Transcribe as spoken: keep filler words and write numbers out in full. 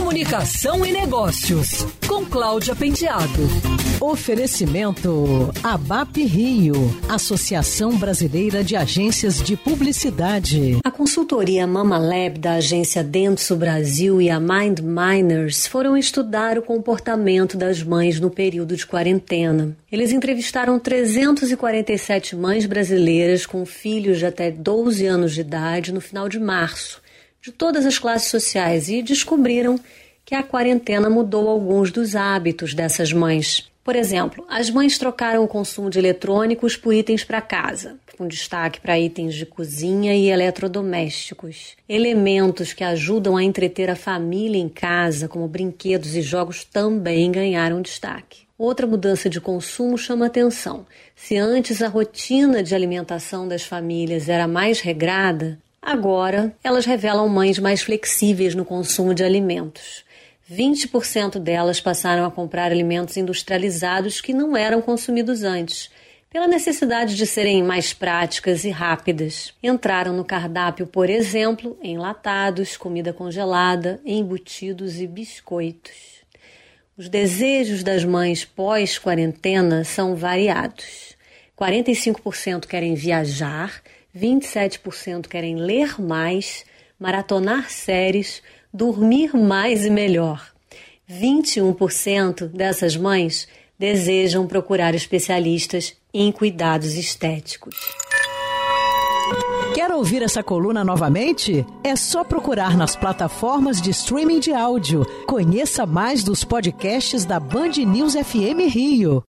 Comunicação e Negócios, com Cláudia Penteado. Oferecimento ABAP Rio, Associação Brasileira de Agências de Publicidade. A consultoria Mamalab da agência Dentsu Brasil e a Mind Miners foram estudar o comportamento das mães no período de quarentena. Eles entrevistaram trezentas e quarenta e sete mães brasileiras com filhos de até doze anos de idade no final de março, de todas as classes sociais, e descobriram que a quarentena mudou alguns dos hábitos dessas mães. Por exemplo, as mães trocaram o consumo de eletrônicos por itens para casa, com destaque para itens de cozinha e eletrodomésticos. Elementos que ajudam a entreter a família em casa, como brinquedos e jogos, também ganharam destaque. Outra mudança de consumo chama atenção. Se antes a rotina de alimentação das famílias era mais regrada, agora elas revelam mães mais flexíveis no consumo de alimentos. vinte por cento delas passaram a comprar alimentos industrializados que não eram consumidos antes, pela necessidade de serem mais práticas e rápidas. Entraram no cardápio, por exemplo, enlatados, comida congelada, embutidos e biscoitos. Os desejos das mães pós-quarentena são variados. quarenta e cinco por cento querem viajar, vinte e sete por cento querem ler mais, maratonar séries, dormir mais e melhor. vinte e um por cento dessas mães desejam procurar especialistas em cuidados estéticos. Quer ouvir essa coluna novamente? É só procurar nas plataformas de streaming de áudio. Conheça mais dos podcasts da Band News F M Rio.